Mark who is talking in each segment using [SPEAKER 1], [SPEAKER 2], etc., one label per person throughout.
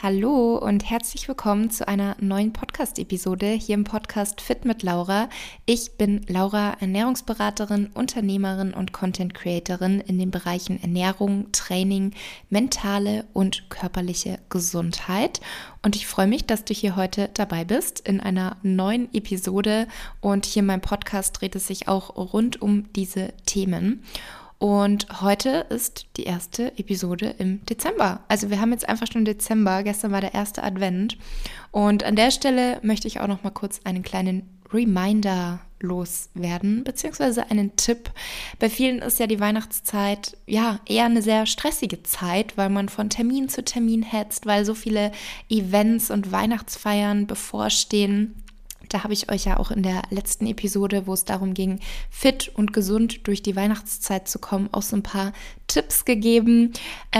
[SPEAKER 1] Hallo und herzlich willkommen zu einer neuen Podcast-Episode hier im Podcast Fit mit Laura. Ich bin Laura, Ernährungsberaterin, Unternehmerin und Content-Creatorin in den Bereichen Ernährung, Training, mentale und körperliche Gesundheit. Und ich freue mich, dass du hier heute dabei bist in einer neuen Episode. Und hier in meinem Podcast dreht es sich auch rund um diese Themen. Und heute ist die erste Episode im Dezember. Also wir haben jetzt einfach schon Dezember. Gestern war der erste Advent. Und an der Stelle möchte ich auch noch mal kurz einen kleinen Reminder loswerden, beziehungsweise einen Tipp. Bei vielen ist ja die Weihnachtszeit eher eine sehr stressige Zeit, weil man von Termin zu Termin hetzt, weil so viele Events und Weihnachtsfeiern bevorstehen. Da habe ich euch ja auch in der letzten Episode, wo es darum ging, fit und gesund durch die Weihnachtszeit zu kommen, auch so ein paar Tipps gegeben.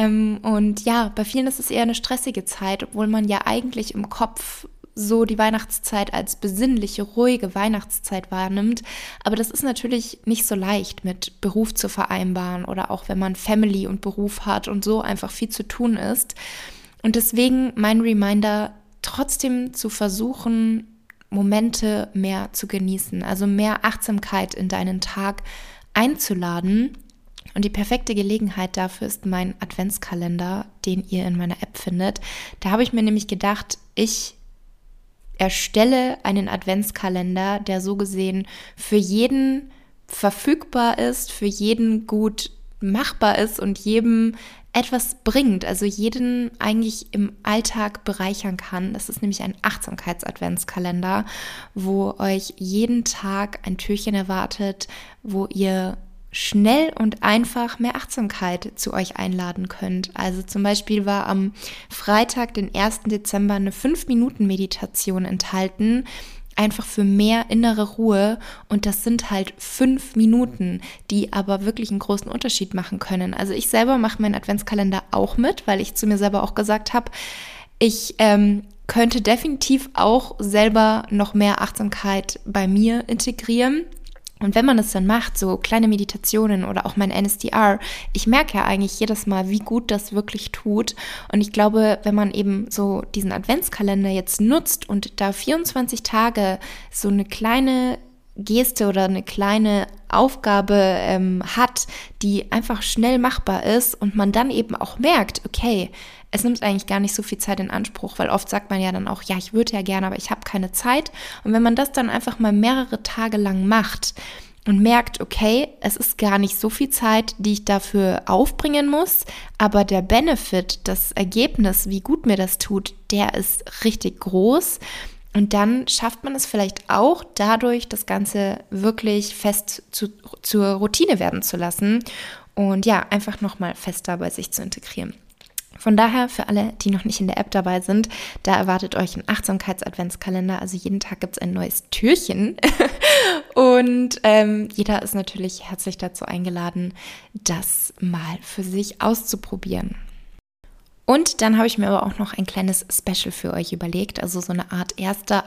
[SPEAKER 1] Und ja, bei vielen ist es eher eine stressige Zeit, obwohl man ja eigentlich im Kopf so die Weihnachtszeit als besinnliche, ruhige Weihnachtszeit wahrnimmt. Aber das ist natürlich nicht so leicht mit Beruf zu vereinbaren oder auch wenn man Family und Beruf hat und so einfach viel zu tun ist. Und deswegen mein Reminder, trotzdem zu versuchen, Momente mehr zu genießen, also mehr Achtsamkeit in deinen Tag einzuladen. Und die perfekte Gelegenheit dafür ist mein Adventskalender, den ihr in meiner App findet. Da habe ich mir nämlich gedacht, ich erstelle einen Adventskalender, der so gesehen für jeden verfügbar ist, für jeden gut machbar ist und jedem etwas bringt, also jeden eigentlich im Alltag bereichern kann. Das ist nämlich ein Achtsamkeits-Adventskalender, wo euch jeden Tag ein Türchen erwartet, wo ihr schnell und einfach mehr Achtsamkeit zu euch einladen könnt. Also zum Beispiel war am Freitag, den 1. Dezember, eine 5-Minuten-Meditation enthalten, einfach für mehr innere Ruhe, und das sind halt 5 Minuten, die aber wirklich einen großen Unterschied machen können. Also ich selber mache meinen Adventskalender auch mit, weil ich zu mir selber auch gesagt habe, ich könnte definitiv auch selber noch mehr Achtsamkeit bei mir integrieren. Und wenn man das dann macht, so kleine Meditationen oder auch mein NSDR, ich merke ja eigentlich jedes Mal, wie gut das wirklich tut. Und ich glaube, wenn man eben so diesen Adventskalender jetzt nutzt und da 24 Tage so eine kleine Geste oder eine kleine Aufgabe hat, die einfach schnell machbar ist und man dann eben auch merkt, okay, es nimmt eigentlich gar nicht so viel Zeit in Anspruch, weil oft sagt man ja dann auch, ja, ich würde ja gerne, aber ich habe keine Zeit. Und wenn man das dann einfach mal mehrere Tage lang macht und merkt, okay, es ist gar nicht so viel Zeit, die ich dafür aufbringen muss, aber der Benefit, das Ergebnis, wie gut mir das tut, der ist richtig groß. Und dann schafft man es vielleicht auch dadurch, das Ganze wirklich fest zur Routine werden zu lassen und ja, einfach nochmal fester bei sich zu integrieren. Von daher, für alle, die noch nicht in der App dabei sind, da erwartet euch ein Achtsamkeits-Adventskalender. Also jeden Tag gibt es ein neues Türchen. Und jeder ist natürlich herzlich dazu eingeladen, das mal für sich auszuprobieren. Und dann habe ich mir aber auch noch ein kleines Special für euch überlegt, also so eine Art erster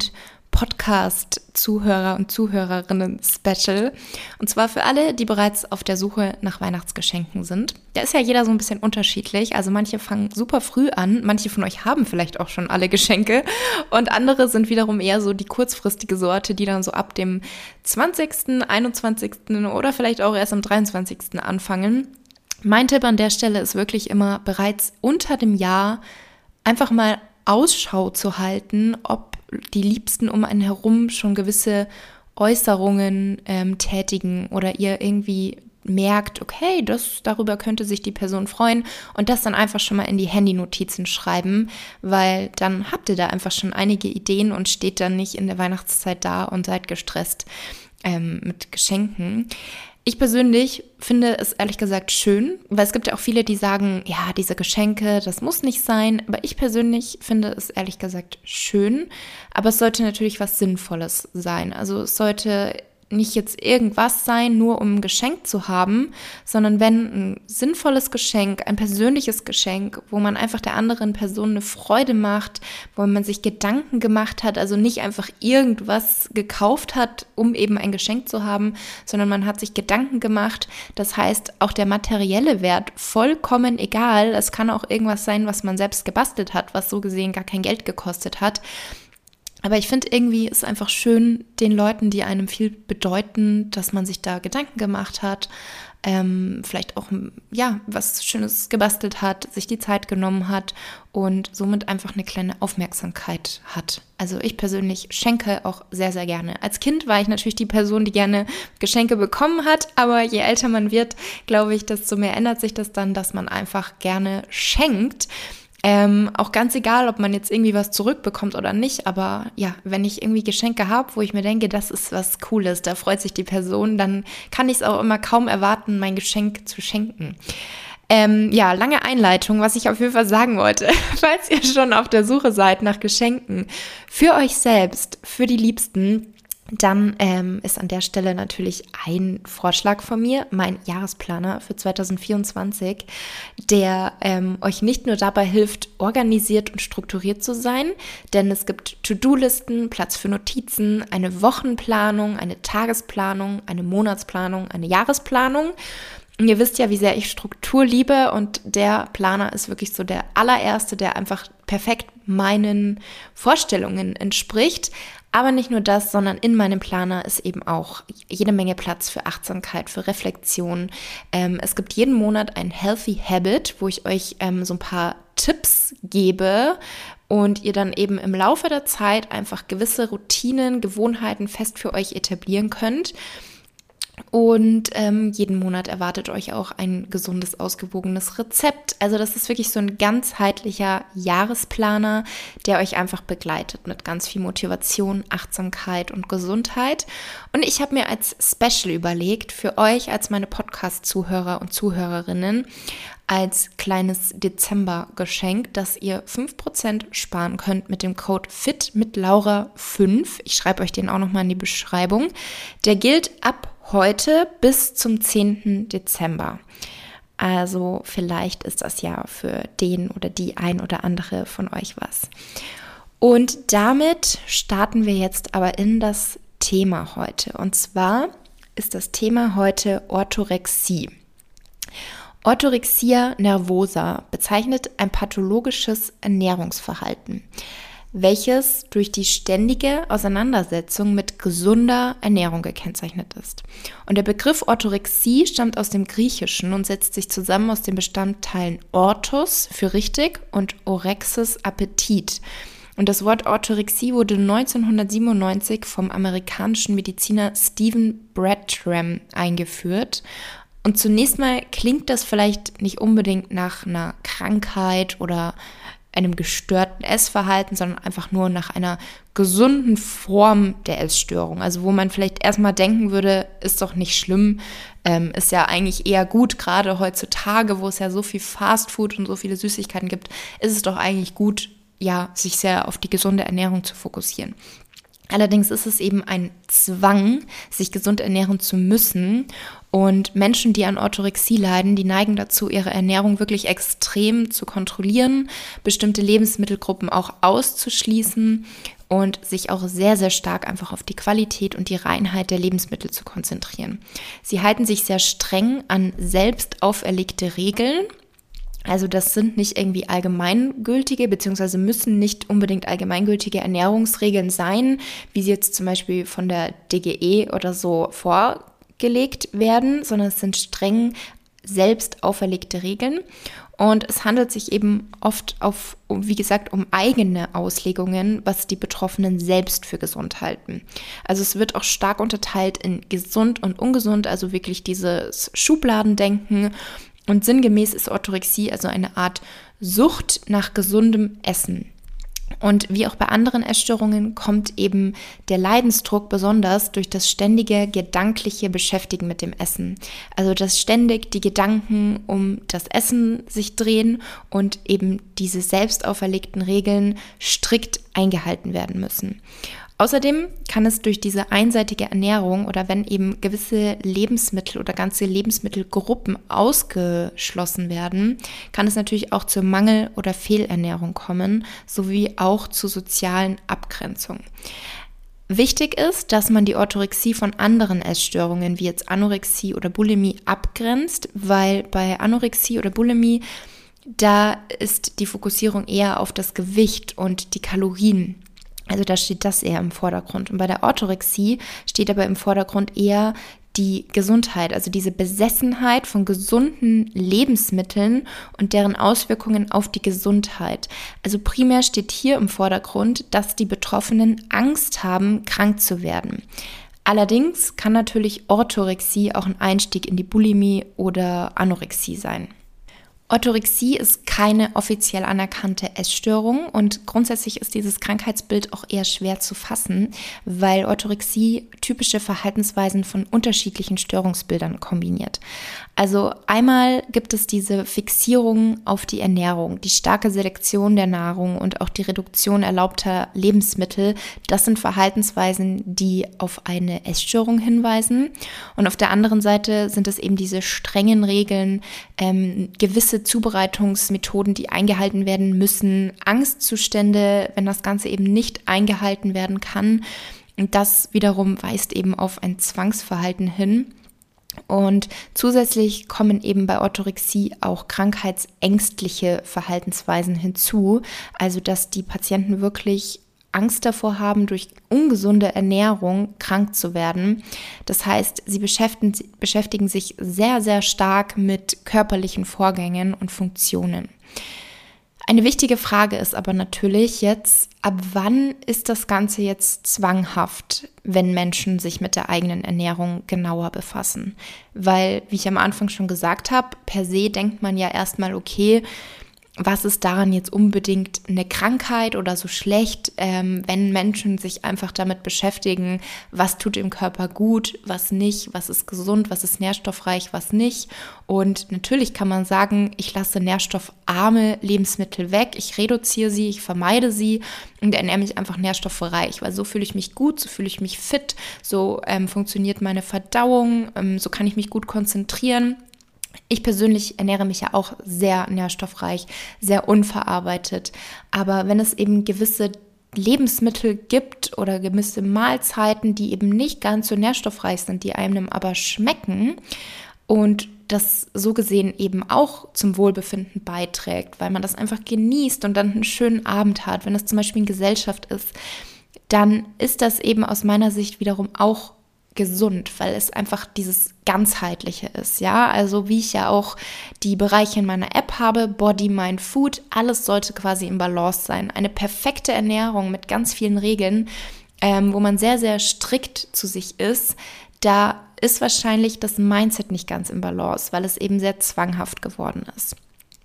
[SPEAKER 1] Advent-Podcast-Zuhörer und Zuhörerinnen-Special. Und zwar für alle, die bereits auf der Suche nach Weihnachtsgeschenken sind. Da ist ja jeder so ein bisschen unterschiedlich. Also manche fangen super früh an, manche von euch haben vielleicht auch schon alle Geschenke und andere sind wiederum eher so die kurzfristige Sorte, die dann so ab dem 20., 21. oder vielleicht auch erst am 23. anfangen. Mein Tipp an der Stelle ist wirklich immer, bereits unter dem Jahr einfach mal Ausschau zu halten, ob die Liebsten um einen herum schon gewisse Äußerungen tätigen oder ihr irgendwie merkt, okay, darüber könnte sich die Person freuen, und das dann einfach schon mal in die Handynotizen schreiben, weil dann habt ihr da einfach schon einige Ideen und steht dann nicht in der Weihnachtszeit da und seid gestresst mit Geschenken. Ich persönlich finde es ehrlich gesagt schön, weil es gibt ja auch viele, die sagen, ja, diese Geschenke, das muss nicht sein. Aber ich persönlich finde es ehrlich gesagt schön. Aber es sollte natürlich was Sinnvolles sein. Also es sollte nicht jetzt irgendwas sein, nur um ein Geschenk zu haben, sondern wenn ein sinnvolles Geschenk, ein persönliches Geschenk, wo man einfach der anderen Person eine Freude macht, wo man sich Gedanken gemacht hat, also nicht einfach irgendwas gekauft hat, um eben ein Geschenk zu haben, sondern man hat sich Gedanken gemacht. Das heißt, auch der materielle Wert vollkommen egal. Es kann auch irgendwas sein, was man selbst gebastelt hat, was so gesehen gar kein Geld gekostet hat. Aber ich finde irgendwie ist einfach schön, den Leuten, die einem viel bedeuten, dass man sich da Gedanken gemacht hat, vielleicht auch was Schönes gebastelt hat, sich die Zeit genommen hat und somit einfach eine kleine Aufmerksamkeit hat. Also ich persönlich schenke auch sehr, sehr gerne. Als Kind war ich natürlich die Person, die gerne Geschenke bekommen hat, aber je älter man wird, glaube ich, desto mehr ändert sich das dann, dass man einfach gerne schenkt. Auch ganz egal, ob man jetzt irgendwie was zurückbekommt oder nicht, aber ja, wenn ich irgendwie Geschenke habe, wo ich mir denke, das ist was Cooles, da freut sich die Person, dann kann ich es auch immer kaum erwarten, mein Geschenk zu schenken. Lange Einleitung, was ich auf jeden Fall sagen wollte, falls ihr schon auf der Suche seid nach Geschenken für euch selbst, für die Liebsten, dann ist an der Stelle natürlich ein Vorschlag von mir, mein Jahresplaner für 2024, der euch nicht nur dabei hilft, organisiert und strukturiert zu sein, denn es gibt To-Do-Listen, Platz für Notizen, eine Wochenplanung, eine Tagesplanung, eine Monatsplanung, eine Jahresplanung. Und ihr wisst ja, wie sehr ich Struktur liebe und der Planer ist wirklich so der allererste, der einfach perfekt meinen Vorstellungen entspricht. Aber nicht nur das, sondern in meinem Planer ist eben auch jede Menge Platz für Achtsamkeit, für Reflexion. Es gibt jeden Monat ein Healthy Habit, wo ich euch so ein paar Tipps gebe und ihr dann eben im Laufe der Zeit einfach gewisse Routinen, Gewohnheiten fest für euch etablieren könnt. Und jeden Monat erwartet euch auch ein gesundes, ausgewogenes Rezept. Also das ist wirklich so ein ganzheitlicher Jahresplaner, der euch einfach begleitet mit ganz viel Motivation, Achtsamkeit und Gesundheit. Und ich habe mir als Special überlegt, für euch als meine Podcast-Zuhörer und Zuhörerinnen, als kleines Dezember-Geschenk, dass ihr 5% sparen könnt mit dem Code FITMITLAURA5. Ich schreibe euch den auch nochmal in die Beschreibung. Der gilt ab heute bis zum 10. Dezember. Also vielleicht ist das ja für den oder die ein oder andere von euch was. Und damit starten wir jetzt aber in das Thema heute. Und zwar ist das Thema heute Orthorexie. Orthorexia nervosa bezeichnet ein pathologisches Ernährungsverhalten, welches durch die ständige Auseinandersetzung mit gesunder Ernährung gekennzeichnet ist. Und der Begriff Orthorexie stammt aus dem Griechischen und setzt sich zusammen aus den Bestandteilen Orthos für richtig und Orexis Appetit. Und das Wort Orthorexie wurde 1997 vom amerikanischen Mediziner Stephen Bartram eingeführt. Und zunächst mal klingt das vielleicht nicht unbedingt nach einer Krankheit oder einem gestörten Essverhalten, sondern einfach nur nach einer gesunden Form der Essstörung. Also wo man vielleicht erstmal denken würde, ist doch nicht schlimm, ist ja eigentlich eher gut, gerade heutzutage, wo es ja so viel Fastfood und so viele Süßigkeiten gibt, ist es doch eigentlich gut, ja, sich sehr auf die gesunde Ernährung zu fokussieren. Allerdings ist es eben ein Zwang, sich gesund ernähren zu müssen. Und Menschen, die an Orthorexie leiden, die neigen dazu, ihre Ernährung wirklich extrem zu kontrollieren, bestimmte Lebensmittelgruppen auch auszuschließen und sich auch sehr, sehr stark einfach auf die Qualität und die Reinheit der Lebensmittel zu konzentrieren. Sie halten sich sehr streng an selbst auferlegte Regeln. Also das sind nicht irgendwie allgemeingültige, beziehungsweise müssen nicht unbedingt allgemeingültige Ernährungsregeln sein, wie sie jetzt zum Beispiel von der DGE oder so vorgelegt werden, sondern es sind streng selbst auferlegte Regeln. Und es handelt sich eben oft wie gesagt, um eigene Auslegungen, was die Betroffenen selbst für gesund halten. Also es wird auch stark unterteilt in gesund und ungesund, also wirklich dieses Schubladendenken. Und sinngemäß ist Orthorexie also eine Art Sucht nach gesundem Essen. Und wie auch bei anderen Essstörungen kommt eben der Leidensdruck besonders durch das ständige gedankliche Beschäftigen mit dem Essen. Also dass ständig die Gedanken um das Essen sich drehen und eben diese selbst auferlegten Regeln strikt eingehalten werden müssen. Außerdem kann es durch diese einseitige Ernährung oder wenn eben gewisse Lebensmittel oder ganze Lebensmittelgruppen ausgeschlossen werden, kann es natürlich auch zur Mangel- oder Fehlernährung kommen, sowie auch zu sozialen Abgrenzung. Wichtig ist, dass man die Orthorexie von anderen Essstörungen wie jetzt Anorexie oder Bulimie abgrenzt, weil bei Anorexie oder Bulimie da ist die Fokussierung eher auf das Gewicht und die Kalorien. Also da steht das eher im Vordergrund. Und bei der Orthorexie steht aber im Vordergrund eher die Gesundheit, also diese Besessenheit von gesunden Lebensmitteln und deren Auswirkungen auf die Gesundheit. Also primär steht hier im Vordergrund, dass die Betroffenen Angst haben, krank zu werden. Allerdings kann natürlich Orthorexie auch ein Einstieg in die Bulimie oder Anorexie sein. Orthorexie ist keine offiziell anerkannte Essstörung und grundsätzlich ist dieses Krankheitsbild auch eher schwer zu fassen, weil Orthorexie typische Verhaltensweisen von unterschiedlichen Störungsbildern kombiniert. Also einmal gibt es diese Fixierung auf die Ernährung, die starke Selektion der Nahrung und auch die Reduktion erlaubter Lebensmittel. Das sind Verhaltensweisen, die auf eine Essstörung hinweisen. Und auf der anderen Seite sind es eben diese strengen Regeln, gewisse Zubereitungsmethoden, die eingehalten werden müssen, Angstzustände, wenn das Ganze eben nicht eingehalten werden kann. Und das wiederum weist eben auf ein Zwangsverhalten hin. Und zusätzlich kommen eben bei Orthorexie auch krankheitsängstliche Verhaltensweisen hinzu, also dass die Patienten wirklich Angst davor haben, durch ungesunde Ernährung krank zu werden. Das heißt, sie beschäftigen sich sehr, sehr stark mit körperlichen Vorgängen und Funktionen. Eine wichtige Frage ist aber natürlich jetzt, ab wann ist das Ganze jetzt zwanghaft, wenn Menschen sich mit der eigenen Ernährung genauer befassen? Weil, wie ich am Anfang schon gesagt habe, per se denkt man ja erstmal, okay, was ist daran jetzt unbedingt eine Krankheit oder so schlecht, wenn Menschen sich einfach damit beschäftigen, was tut dem Körper gut, was nicht, was ist gesund, was ist nährstoffreich, was nicht. Und natürlich kann man sagen, ich lasse nährstoffarme Lebensmittel weg, ich reduziere sie, ich vermeide sie und ernähre mich einfach nährstoffreich, weil so fühle ich mich gut, so fühle ich mich fit, so funktioniert meine Verdauung, so kann ich mich gut konzentrieren. Ich persönlich ernähre mich ja auch sehr nährstoffreich, sehr unverarbeitet. Aber wenn es eben gewisse Lebensmittel gibt oder gewisse Mahlzeiten, die eben nicht ganz so nährstoffreich sind, die einem aber schmecken und das so gesehen eben auch zum Wohlbefinden beiträgt, weil man das einfach genießt und dann einen schönen Abend hat, wenn es zum Beispiel in Gesellschaft ist, dann ist das eben aus meiner Sicht wiederum auch gesund, weil es einfach dieses Ganzheitliche ist, ja, also wie ich ja auch die Bereiche in meiner App habe, Body, Mind, Food, alles sollte quasi im Balance sein, eine perfekte Ernährung mit ganz vielen Regeln, wo man sehr, sehr strikt zu sich ist, da ist wahrscheinlich das Mindset nicht ganz im Balance, weil es eben sehr zwanghaft geworden ist.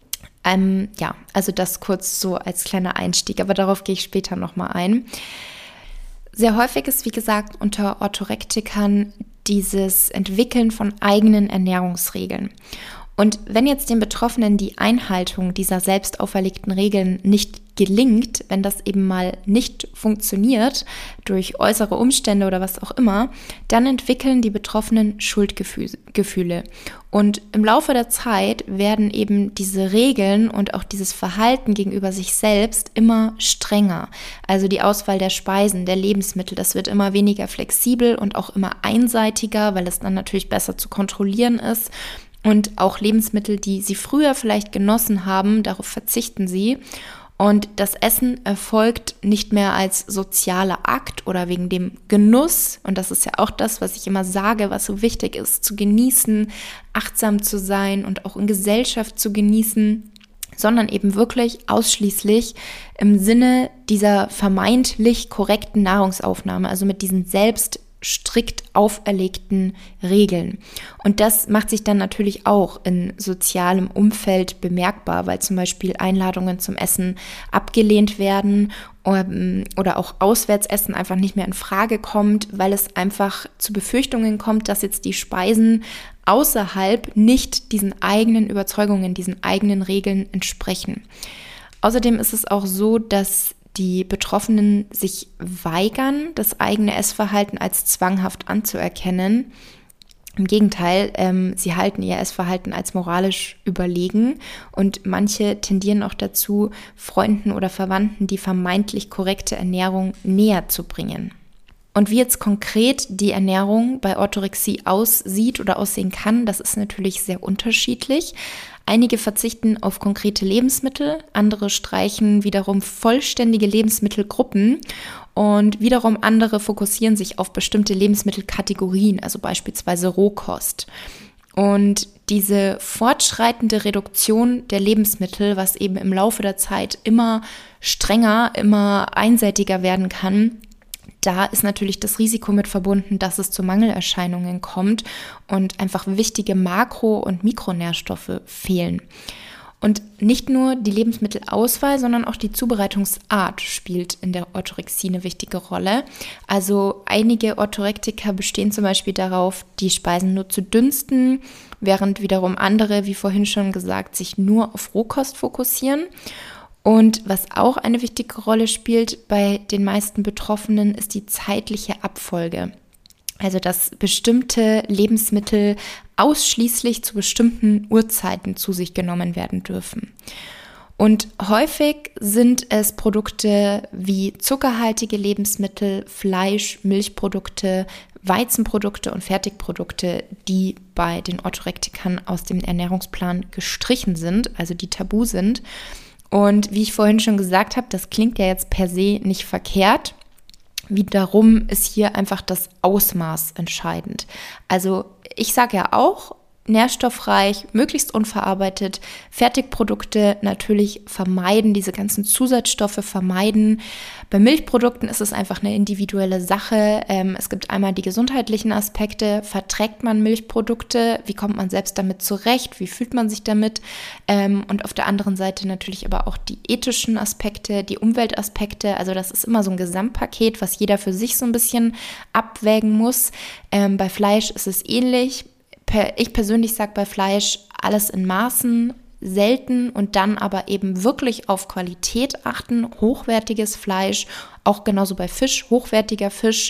[SPEAKER 1] Ja, also das kurz so als kleiner Einstieg, aber darauf gehe ich später nochmal ein. Sehr häufig ist, wie gesagt, unter Orthorektikern dieses Entwickeln von eigenen Ernährungsregeln. Und wenn jetzt den Betroffenen die Einhaltung dieser selbst auferlegten Regeln nicht gelingt, wenn das eben mal nicht funktioniert durch äußere Umstände oder was auch immer, dann entwickeln die Betroffenen Schuldgefühle. Und im Laufe der Zeit werden eben diese Regeln und auch dieses Verhalten gegenüber sich selbst immer strenger. Also die Auswahl der Speisen, der Lebensmittel, das wird immer weniger flexibel und auch immer einseitiger, weil es dann natürlich besser zu kontrollieren ist. Und auch Lebensmittel, die sie früher vielleicht genossen haben, darauf verzichten sie. Und das Essen erfolgt nicht mehr als sozialer Akt oder wegen dem Genuss. Und das ist ja auch das, was ich immer sage, was so wichtig ist, zu genießen, achtsam zu sein und auch in Gesellschaft zu genießen, sondern eben wirklich ausschließlich im Sinne dieser vermeintlich korrekten Nahrungsaufnahme, also mit diesen selbst strikt auferlegten Regeln. Und das macht sich dann natürlich auch in sozialem Umfeld bemerkbar, weil zum Beispiel Einladungen zum Essen abgelehnt werden oder auch Auswärtsessen einfach nicht mehr in Frage kommt, weil es einfach zu Befürchtungen kommt, dass jetzt die Speisen außerhalb nicht diesen eigenen Überzeugungen, diesen eigenen Regeln entsprechen. Außerdem ist es auch so, dass die Betroffenen sich weigern, das eigene Essverhalten als zwanghaft anzuerkennen. Im Gegenteil, sie halten ihr Essverhalten als moralisch überlegen und manche tendieren auch dazu, Freunden oder Verwandten die vermeintlich korrekte Ernährung näher zu bringen. Und wie jetzt konkret die Ernährung bei Orthorexie aussieht oder aussehen kann, das ist natürlich sehr unterschiedlich. Einige verzichten auf konkrete Lebensmittel, andere streichen wiederum vollständige Lebensmittelgruppen und wiederum andere fokussieren sich auf bestimmte Lebensmittelkategorien, also beispielsweise Rohkost. Und diese fortschreitende Reduktion der Lebensmittel, was eben im Laufe der Zeit immer strenger, immer einseitiger werden kann, da ist natürlich das Risiko mit verbunden, dass es zu Mangelerscheinungen kommt und einfach wichtige Makro- und Mikronährstoffe fehlen. Und nicht nur die Lebensmittelauswahl, sondern auch die Zubereitungsart spielt in der Orthorexie eine wichtige Rolle. Also einige Orthorektiker bestehen zum Beispiel darauf, die Speisen nur zu dünsten, während wiederum andere, wie vorhin schon gesagt, sich nur auf Rohkost fokussieren. Und was auch eine wichtige Rolle spielt bei den meisten Betroffenen, ist die zeitliche Abfolge. Also dass bestimmte Lebensmittel ausschließlich zu bestimmten Uhrzeiten zu sich genommen werden dürfen. Und häufig sind es Produkte wie zuckerhaltige Lebensmittel, Fleisch, Milchprodukte, Weizenprodukte und Fertigprodukte, die bei den Orthorektikern aus dem Ernährungsplan gestrichen sind, also die tabu sind. Und wie ich vorhin schon gesagt habe, das klingt ja jetzt per se nicht verkehrt. Wiederum ist hier einfach das Ausmaß entscheidend. Also ich sage ja auch, nährstoffreich, möglichst unverarbeitet, Fertigprodukte natürlich vermeiden, diese ganzen Zusatzstoffe vermeiden. Bei Milchprodukten ist es einfach eine individuelle Sache. Es gibt einmal die gesundheitlichen Aspekte, verträgt man Milchprodukte, wie kommt man selbst damit zurecht, wie fühlt man sich damit? Und auf der anderen Seite natürlich aber auch die ethischen Aspekte, die Umweltaspekte. Also das ist immer so ein Gesamtpaket, was jeder für sich so ein bisschen abwägen muss. Bei Fleisch ist es ähnlich. Ich persönlich sage bei Fleisch alles in Maßen, selten und dann aber eben wirklich auf Qualität achten, hochwertiges Fleisch, auch genauso bei Fisch, hochwertiger Fisch.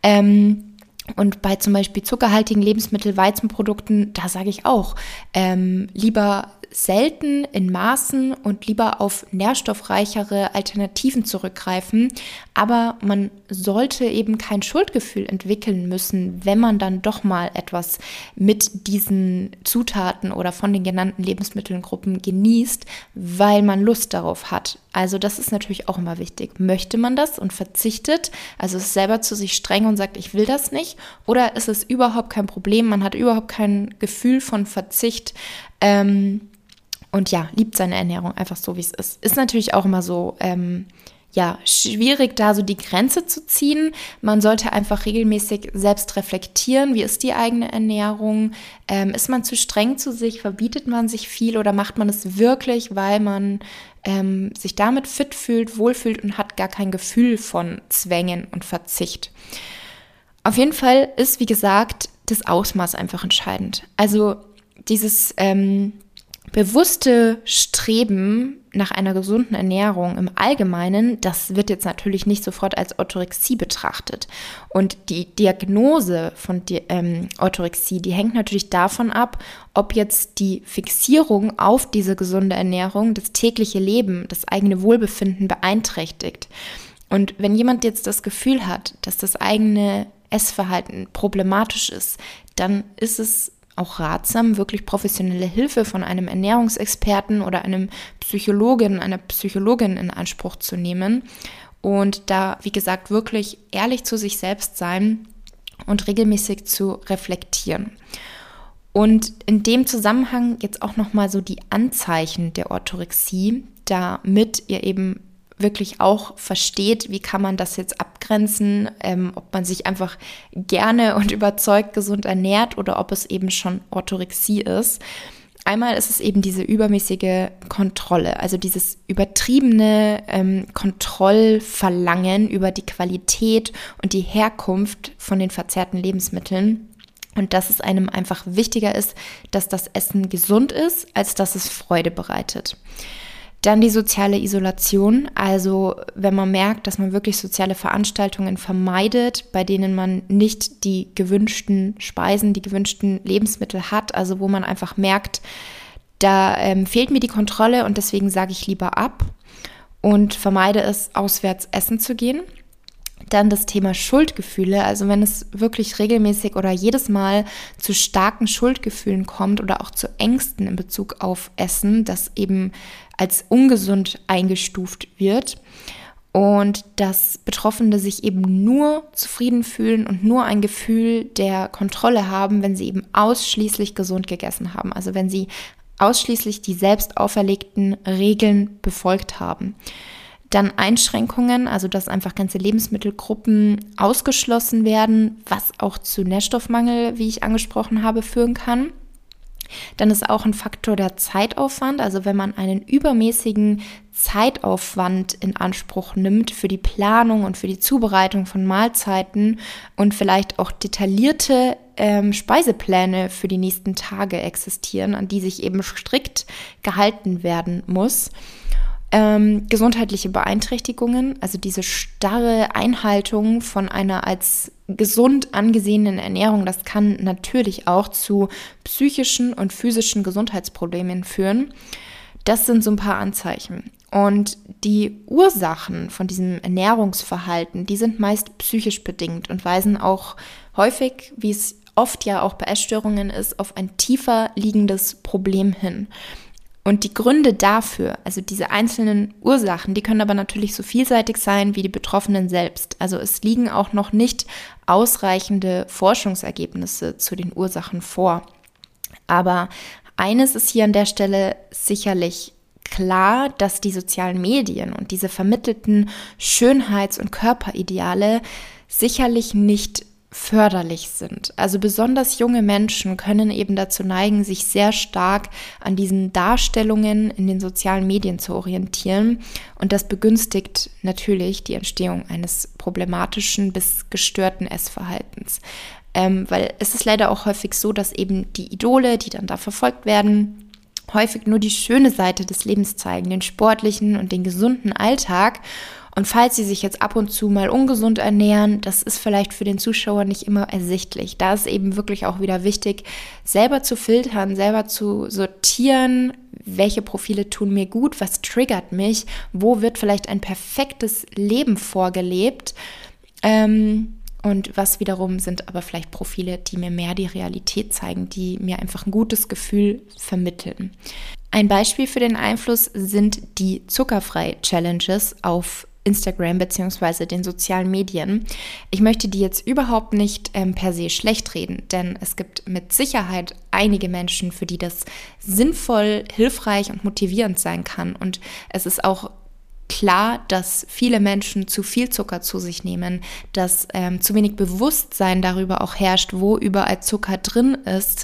[SPEAKER 1] Und bei zum Beispiel zuckerhaltigen Lebensmitteln, Weizenprodukten, da sage ich auch, lieber selten in Maßen und lieber auf nährstoffreichere Alternativen zurückgreifen. Aber man sollte eben kein Schuldgefühl entwickeln müssen, wenn man dann doch mal etwas mit diesen Zutaten oder von den genannten Lebensmittelgruppen genießt, weil man Lust darauf hat. Also das ist natürlich auch immer wichtig. Möchte man das und verzichtet, also ist selber zu sich streng und sagt, ich will das nicht, oder ist es überhaupt kein Problem, man hat überhaupt kein Gefühl von Verzicht, und ja, liebt seine Ernährung einfach so, wie es ist. Ist natürlich auch immer so, schwierig, da so die Grenze zu ziehen. Man sollte einfach regelmäßig selbst reflektieren, wie ist die eigene Ernährung? Ist man zu streng zu sich? Verbietet man sich viel oder macht man es wirklich, weil man sich damit fit fühlt, wohlfühlt und hat gar kein Gefühl von Zwängen und Verzicht? Auf jeden Fall ist, wie gesagt, das Ausmaß einfach entscheidend. Also dieses bewusste Streben nach einer gesunden Ernährung im Allgemeinen, das wird jetzt natürlich nicht sofort als Orthorexie betrachtet. Und die Diagnose von Orthorexie, die hängt natürlich davon ab, ob jetzt die Fixierung auf diese gesunde Ernährung das tägliche Leben, das eigene Wohlbefinden beeinträchtigt. Und wenn jemand jetzt das Gefühl hat, dass das eigene Essverhalten problematisch ist, dann ist es auch ratsam, wirklich professionelle Hilfe von einem Ernährungsexperten oder einer Psychologin in Anspruch zu nehmen und da, wie gesagt, wirklich ehrlich zu sich selbst sein und regelmäßig zu reflektieren. Und in dem Zusammenhang jetzt auch nochmal so die Anzeichen der Orthorexie, damit ihr eben wirklich auch versteht, wie kann man das jetzt abgrenzen, ob man sich einfach gerne und überzeugt gesund ernährt oder ob es eben schon Orthorexie ist. Einmal ist es eben diese übermäßige Kontrolle, also dieses übertriebene Kontrollverlangen über die Qualität und die Herkunft von den verzehrten Lebensmitteln. Und dass es einem einfach wichtiger ist, dass das Essen gesund ist, als dass es Freude bereitet. Dann die soziale Isolation, also wenn man merkt, dass man wirklich soziale Veranstaltungen vermeidet, bei denen man nicht die gewünschten Speisen, die gewünschten Lebensmittel hat, also wo man einfach merkt, da fehlt mir die Kontrolle und deswegen sage ich lieber ab und vermeide es, auswärts essen zu gehen. Dann das Thema Schuldgefühle, also wenn es wirklich regelmäßig oder jedes Mal zu starken Schuldgefühlen kommt oder auch zu Ängsten in Bezug auf Essen, das eben als ungesund eingestuft wird und dass Betroffene sich eben nur zufrieden fühlen und nur ein Gefühl der Kontrolle haben, wenn sie eben ausschließlich gesund gegessen haben, also wenn sie ausschließlich die selbst auferlegten Regeln befolgt haben. Dann Einschränkungen, also dass einfach ganze Lebensmittelgruppen ausgeschlossen werden, was auch zu Nährstoffmangel, wie ich angesprochen habe, führen kann. Dann ist auch ein Faktor der Zeitaufwand, also wenn man einen übermäßigen Zeitaufwand in Anspruch nimmt für die Planung und für die Zubereitung von Mahlzeiten und vielleicht auch detaillierte Speisepläne für die nächsten Tage existieren, an die sich eben strikt gehalten werden muss. Gesundheitliche Beeinträchtigungen, also diese starre Einhaltung von einer als gesund angesehenen Ernährung, das kann natürlich auch zu psychischen und physischen Gesundheitsproblemen führen. Das sind so ein paar Anzeichen. Und die Ursachen von diesem Ernährungsverhalten, die sind meist psychisch bedingt und weisen auch häufig, wie es oft ja auch bei Essstörungen ist, auf ein tiefer liegendes Problem hin. Und die Gründe dafür, also diese einzelnen Ursachen, die können aber natürlich so vielseitig sein wie die Betroffenen selbst. Also es liegen auch noch nicht ausreichende Forschungsergebnisse zu den Ursachen vor. Aber eines ist hier an der Stelle sicherlich klar, dass die sozialen Medien und diese vermittelten Schönheits- und Körperideale sicherlich nicht förderlich sind. Also besonders junge Menschen können eben dazu neigen, sich sehr stark an diesen Darstellungen in den sozialen Medien zu orientieren. Und das begünstigt natürlich die Entstehung eines problematischen bis gestörten Essverhaltens. Weil es ist leider auch häufig so, dass eben die Idole, die dann da verfolgt werden, häufig nur die schöne Seite des Lebens zeigen, den sportlichen und den gesunden Alltag. Und falls sie sich jetzt ab und zu mal ungesund ernähren, das ist vielleicht für den Zuschauer nicht immer ersichtlich. Da ist eben wirklich auch wieder wichtig, selber zu filtern, selber zu sortieren, welche Profile tun mir gut, was triggert mich, wo wird vielleicht ein perfektes Leben vorgelebt und was wiederum sind aber vielleicht Profile, die mir mehr die Realität zeigen, die mir einfach ein gutes Gefühl vermitteln. Ein Beispiel für den Einfluss sind die Zuckerfrei-Challenges auf Instagram bzw. den sozialen Medien. Ich möchte die jetzt überhaupt nicht per se schlecht reden, denn es gibt mit Sicherheit einige Menschen, für die das sinnvoll, hilfreich und motivierend sein kann. Und es ist auch klar, dass viele Menschen zu viel Zucker zu sich nehmen, dass zu wenig Bewusstsein darüber auch herrscht, wo überall Zucker drin ist.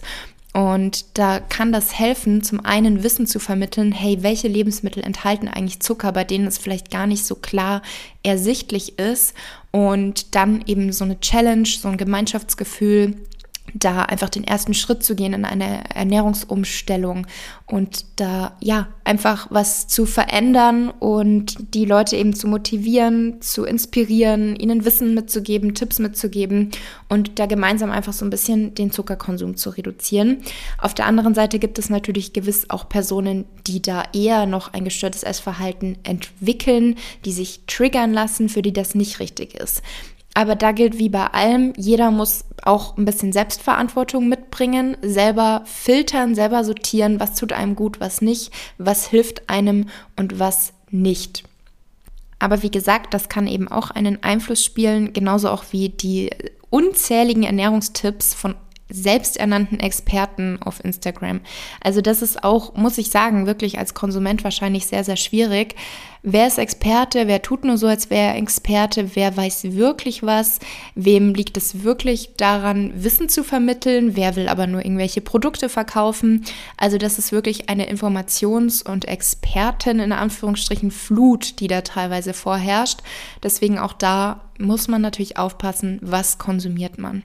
[SPEAKER 1] Und da kann das helfen, zum einen Wissen zu vermitteln, hey, welche Lebensmittel enthalten eigentlich Zucker, bei denen es vielleicht gar nicht so klar ersichtlich ist. Und dann eben so eine Challenge, so ein Gemeinschaftsgefühl, da einfach den ersten Schritt zu gehen in eine Ernährungsumstellung und da ja einfach was zu verändern und die Leute eben zu motivieren, zu inspirieren, ihnen Wissen mitzugeben, Tipps mitzugeben und da gemeinsam einfach so ein bisschen den Zuckerkonsum zu reduzieren. Auf der anderen Seite gibt es natürlich gewiss auch Personen, die da eher noch ein gestörtes Essverhalten entwickeln, die sich triggern lassen, für die das nicht richtig ist. Aber da gilt wie bei allem, jeder muss auch ein bisschen Selbstverantwortung mitbringen, selber filtern, selber sortieren, was tut einem gut, was nicht, was hilft einem und was nicht. Aber wie gesagt, das kann eben auch einen Einfluss spielen, genauso auch wie die unzähligen Ernährungstipps von selbsternannten Experten auf Instagram. Also das ist auch, muss ich sagen, wirklich als Konsument wahrscheinlich sehr, sehr schwierig. Wer ist Experte? Wer tut nur so, als wäre er Experte? Wer weiß wirklich was? Wem liegt es wirklich daran, Wissen zu vermitteln? Wer will aber nur irgendwelche Produkte verkaufen? Also das ist wirklich eine Informations- und Experten, in Anführungsstrichen, Flut, die da teilweise vorherrscht. Deswegen auch da muss man natürlich aufpassen, was konsumiert man.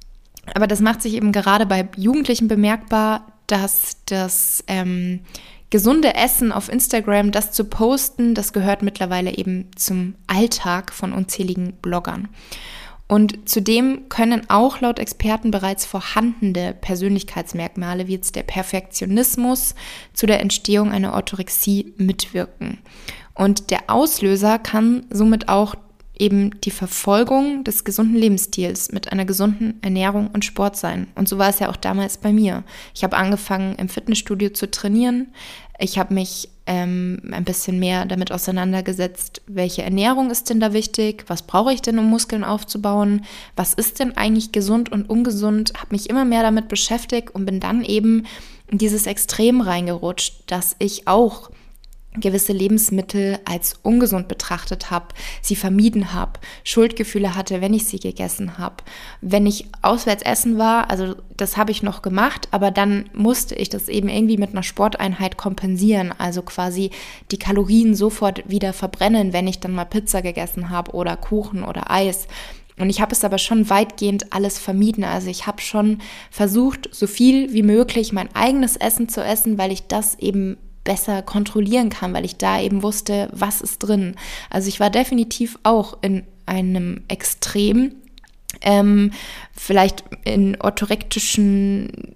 [SPEAKER 1] Aber das macht sich eben gerade bei Jugendlichen bemerkbar, dass das gesunde Essen auf Instagram, das zu posten, das gehört mittlerweile eben zum Alltag von unzähligen Bloggern. Und zudem können auch laut Experten bereits vorhandene Persönlichkeitsmerkmale wie jetzt der Perfektionismus zu der Entstehung einer Orthorexie mitwirken. Und der Auslöser kann somit auch eben die Verfolgung des gesunden Lebensstils mit einer gesunden Ernährung und Sport sein. Und so war es ja auch damals bei mir. Ich habe angefangen, im Fitnessstudio zu trainieren. Ich habe mich ein bisschen mehr damit auseinandergesetzt, welche Ernährung ist denn da wichtig, was brauche ich denn, um Muskeln aufzubauen, was ist denn eigentlich gesund und ungesund, habe mich immer mehr damit beschäftigt und bin dann eben in dieses Extrem reingerutscht, dass ich auch gewisse Lebensmittel als ungesund betrachtet habe, sie vermieden habe, Schuldgefühle hatte, wenn ich sie gegessen habe. Wenn ich auswärts essen war, also das habe ich noch gemacht, aber dann musste ich das eben irgendwie mit einer Sporteinheit kompensieren, also quasi die Kalorien sofort wieder verbrennen, wenn ich dann mal Pizza gegessen habe oder Kuchen oder Eis. Und ich habe es aber schon weitgehend alles vermieden. Also ich habe schon versucht, so viel wie möglich mein eigenes Essen zu essen, weil ich das eben besser kontrollieren kann, weil ich da eben wusste, was ist drin. Also ich war definitiv auch in einem Extrem, vielleicht in orthorektischen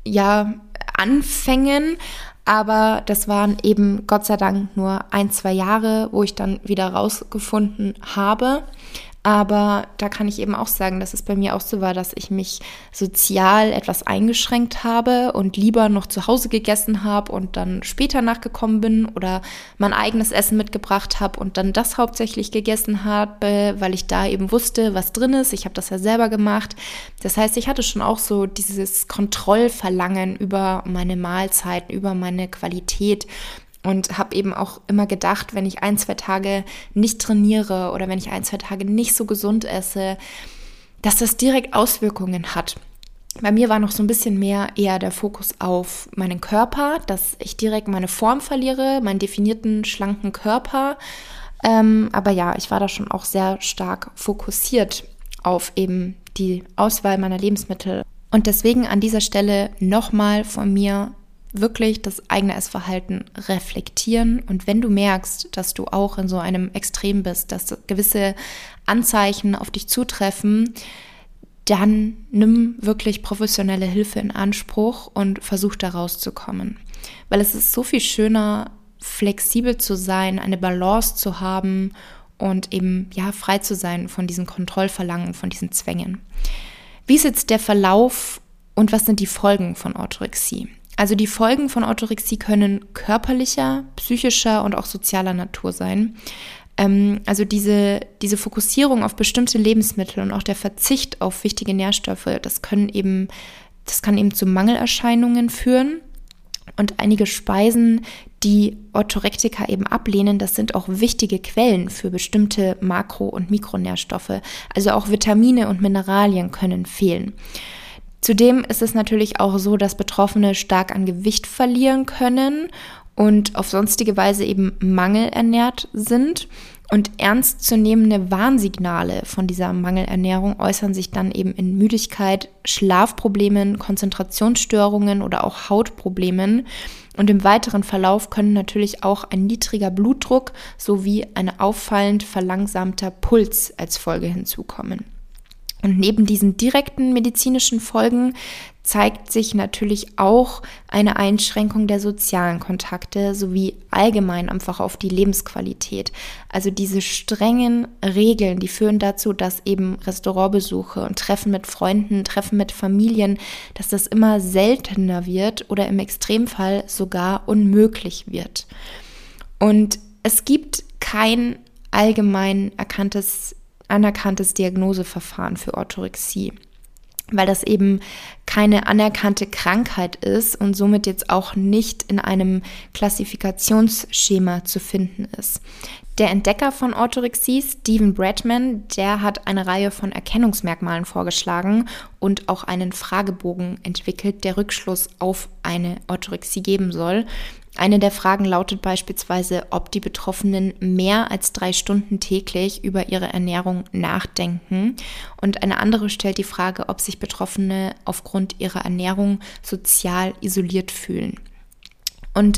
[SPEAKER 1] Anfängen, aber das waren eben Gott sei Dank nur 1-2 Jahre, wo ich dann wieder rausgefunden habe. Aber da kann ich eben auch sagen, dass es bei mir auch so war, dass ich mich sozial etwas eingeschränkt habe und lieber noch zu Hause gegessen habe und dann später nachgekommen bin oder mein eigenes Essen mitgebracht habe und dann das hauptsächlich gegessen habe, weil ich da eben wusste, was drin ist. Ich habe das ja selber gemacht. Das heißt, ich hatte schon auch so dieses Kontrollverlangen über meine Mahlzeiten, über meine Qualität. Und habe eben auch immer gedacht, wenn ich 1-2 Tage nicht trainiere oder wenn ich 1-2 Tage nicht so gesund esse, dass das direkt Auswirkungen hat. Bei mir war noch so ein bisschen mehr eher der Fokus auf meinen Körper, dass ich direkt meine Form verliere, meinen definierten, schlanken Körper. Aber ja, ich war da schon auch sehr stark fokussiert auf eben die Auswahl meiner Lebensmittel. Und deswegen an dieser Stelle nochmal von mir wirklich das eigene Essverhalten reflektieren. Und wenn du merkst, dass du auch in so einem Extrem bist, dass gewisse Anzeichen auf dich zutreffen, dann nimm wirklich professionelle Hilfe in Anspruch und versuch da rauszukommen. Weil es ist so viel schöner, flexibel zu sein, eine Balance zu haben und eben frei zu sein von diesen Kontrollverlangen, von diesen Zwängen. Wie ist jetzt der Verlauf und was sind die Folgen von Orthorexie? Also die Folgen von Orthorexie können körperlicher, psychischer und auch sozialer Natur sein. Also diese Fokussierung auf bestimmte Lebensmittel und auch der Verzicht auf wichtige Nährstoffe, das kann eben zu Mangelerscheinungen führen. Und einige Speisen, die Orthorektiker eben ablehnen, das sind auch wichtige Quellen für bestimmte Makro- und Mikronährstoffe. Also auch Vitamine und Mineralien können fehlen. Zudem ist es natürlich auch so, dass Betroffene stark an Gewicht verlieren können und auf sonstige Weise eben mangelernährt sind. Und ernstzunehmende Warnsignale von dieser Mangelernährung äußern sich dann eben in Müdigkeit, Schlafproblemen, Konzentrationsstörungen oder auch Hautproblemen. Und im weiteren Verlauf können natürlich auch ein niedriger Blutdruck sowie ein auffallend verlangsamter Puls als Folge hinzukommen. Und neben diesen direkten medizinischen Folgen zeigt sich natürlich auch eine Einschränkung der sozialen Kontakte sowie allgemein einfach auf die Lebensqualität. Also diese strengen Regeln, die führen dazu, dass eben Restaurantbesuche und Treffen mit Freunden, Treffen mit Familien, dass das immer seltener wird oder im Extremfall sogar unmöglich wird. Und es gibt kein allgemein anerkanntes Diagnoseverfahren für Orthorexie, weil das eben keine anerkannte Krankheit ist und somit jetzt auch nicht in einem Klassifikationsschema zu finden ist. Der Entdecker von Orthorexie, Stephen Bradman, der hat eine Reihe von Erkennungsmerkmalen vorgeschlagen und auch einen Fragebogen entwickelt, der Rückschluss auf eine Orthorexie geben soll. Eine der Fragen lautet beispielsweise, ob die Betroffenen mehr als 3 Stunden täglich über ihre Ernährung nachdenken. Und eine andere stellt die Frage, ob sich Betroffene aufgrund ihrer Ernährung sozial isoliert fühlen. Und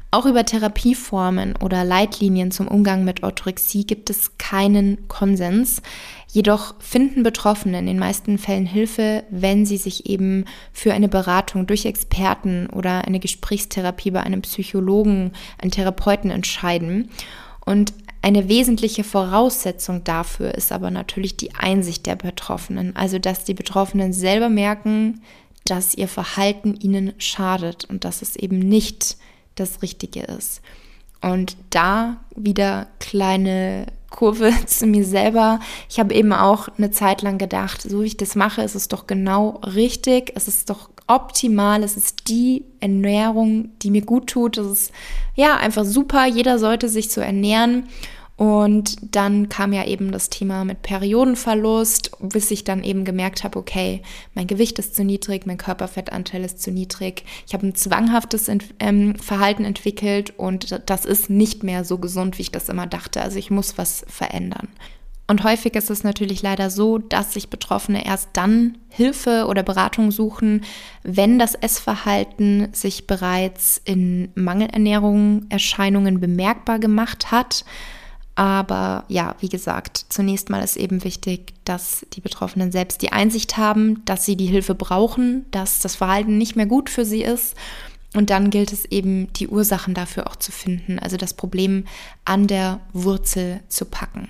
[SPEAKER 1] Auch über Therapieformen oder Leitlinien zum Umgang mit Orthorexie gibt es keinen Konsens. Jedoch finden Betroffene in den meisten Fällen Hilfe, wenn sie sich eben für eine Beratung durch Experten oder eine Gesprächstherapie bei einem Psychologen, einem Therapeuten entscheiden. Und eine wesentliche Voraussetzung dafür ist aber natürlich die Einsicht der Betroffenen. Also, dass die Betroffenen selber merken, dass ihr Verhalten ihnen schadet und dass es eben nicht das Richtige ist. Und da wieder kleine Kurve zu mir selber. Ich habe eben auch eine Zeit lang gedacht, so wie ich das mache, ist es doch genau richtig. Es ist doch optimal. Es ist die Ernährung, die mir gut tut. Es ist ja einfach super. Jeder sollte sich so ernähren. Und dann kam ja eben das Thema mit Periodenverlust, bis ich dann eben gemerkt habe, okay, mein Gewicht ist zu niedrig, mein Körperfettanteil ist zu niedrig. Ich habe ein zwanghaftes Verhalten entwickelt und das ist nicht mehr so gesund, wie ich das immer dachte. Also ich muss was verändern. Und häufig ist es natürlich leider so, dass sich Betroffene erst dann Hilfe oder Beratung suchen, wenn das Essverhalten sich bereits in Mangelernährung Erscheinungen bemerkbar gemacht hat. Aber ja, wie gesagt, zunächst mal ist eben wichtig, dass die Betroffenen selbst die Einsicht haben, dass sie die Hilfe brauchen, dass das Verhalten nicht mehr gut für sie ist. Und dann gilt es eben, die Ursachen dafür auch zu finden, also das Problem an der Wurzel zu packen.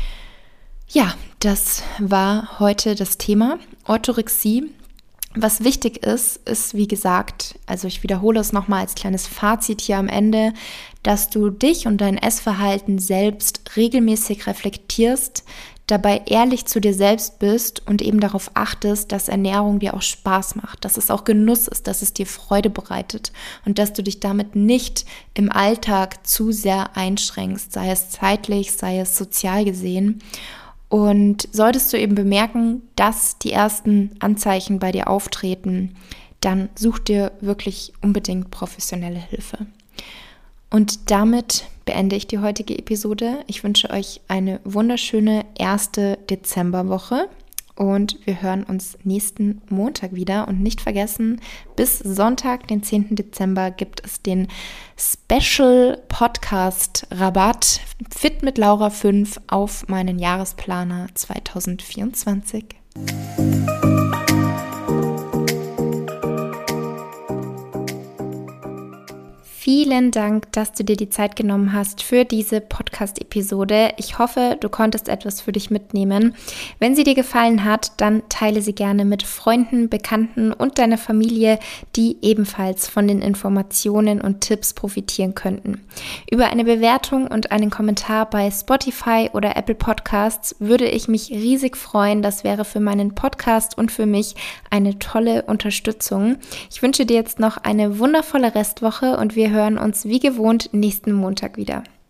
[SPEAKER 1] Ja, das war heute das Thema Orthorexie. Was wichtig ist wie gesagt, also ich wiederhole es nochmal als kleines Fazit hier am Ende, dass du dich und dein Essverhalten selbst regelmäßig reflektierst, dabei ehrlich zu dir selbst bist und eben darauf achtest, dass Ernährung dir auch Spaß macht, dass es auch Genuss ist, dass es dir Freude bereitet und dass du dich damit nicht im Alltag zu sehr einschränkst, sei es zeitlich, sei es sozial gesehen. Und solltest du eben bemerken, dass die ersten Anzeichen bei dir auftreten, dann such dir wirklich unbedingt professionelle Hilfe. Und damit beende ich die heutige Episode. Ich wünsche euch eine wunderschöne erste Dezemberwoche und wir hören uns nächsten Montag wieder. Und nicht vergessen, bis Sonntag, den 10. Dezember, gibt es den Special Podcast Rabatt Fit mit Laura 5 auf meinen Jahresplaner 2024. Vielen Dank, dass du dir die Zeit genommen hast für diese Podcast-Episode. Ich hoffe, du konntest etwas für dich mitnehmen. Wenn sie dir gefallen hat, dann teile sie gerne mit Freunden, Bekannten und deiner Familie, die ebenfalls von den Informationen und Tipps profitieren könnten. Über eine Bewertung und einen Kommentar bei Spotify oder Apple Podcasts würde ich mich riesig freuen. Das wäre für meinen Podcast und für mich eine tolle Unterstützung. Ich wünsche dir jetzt noch eine wundervolle Restwoche und wir hören uns wie gewohnt nächsten Montag wieder.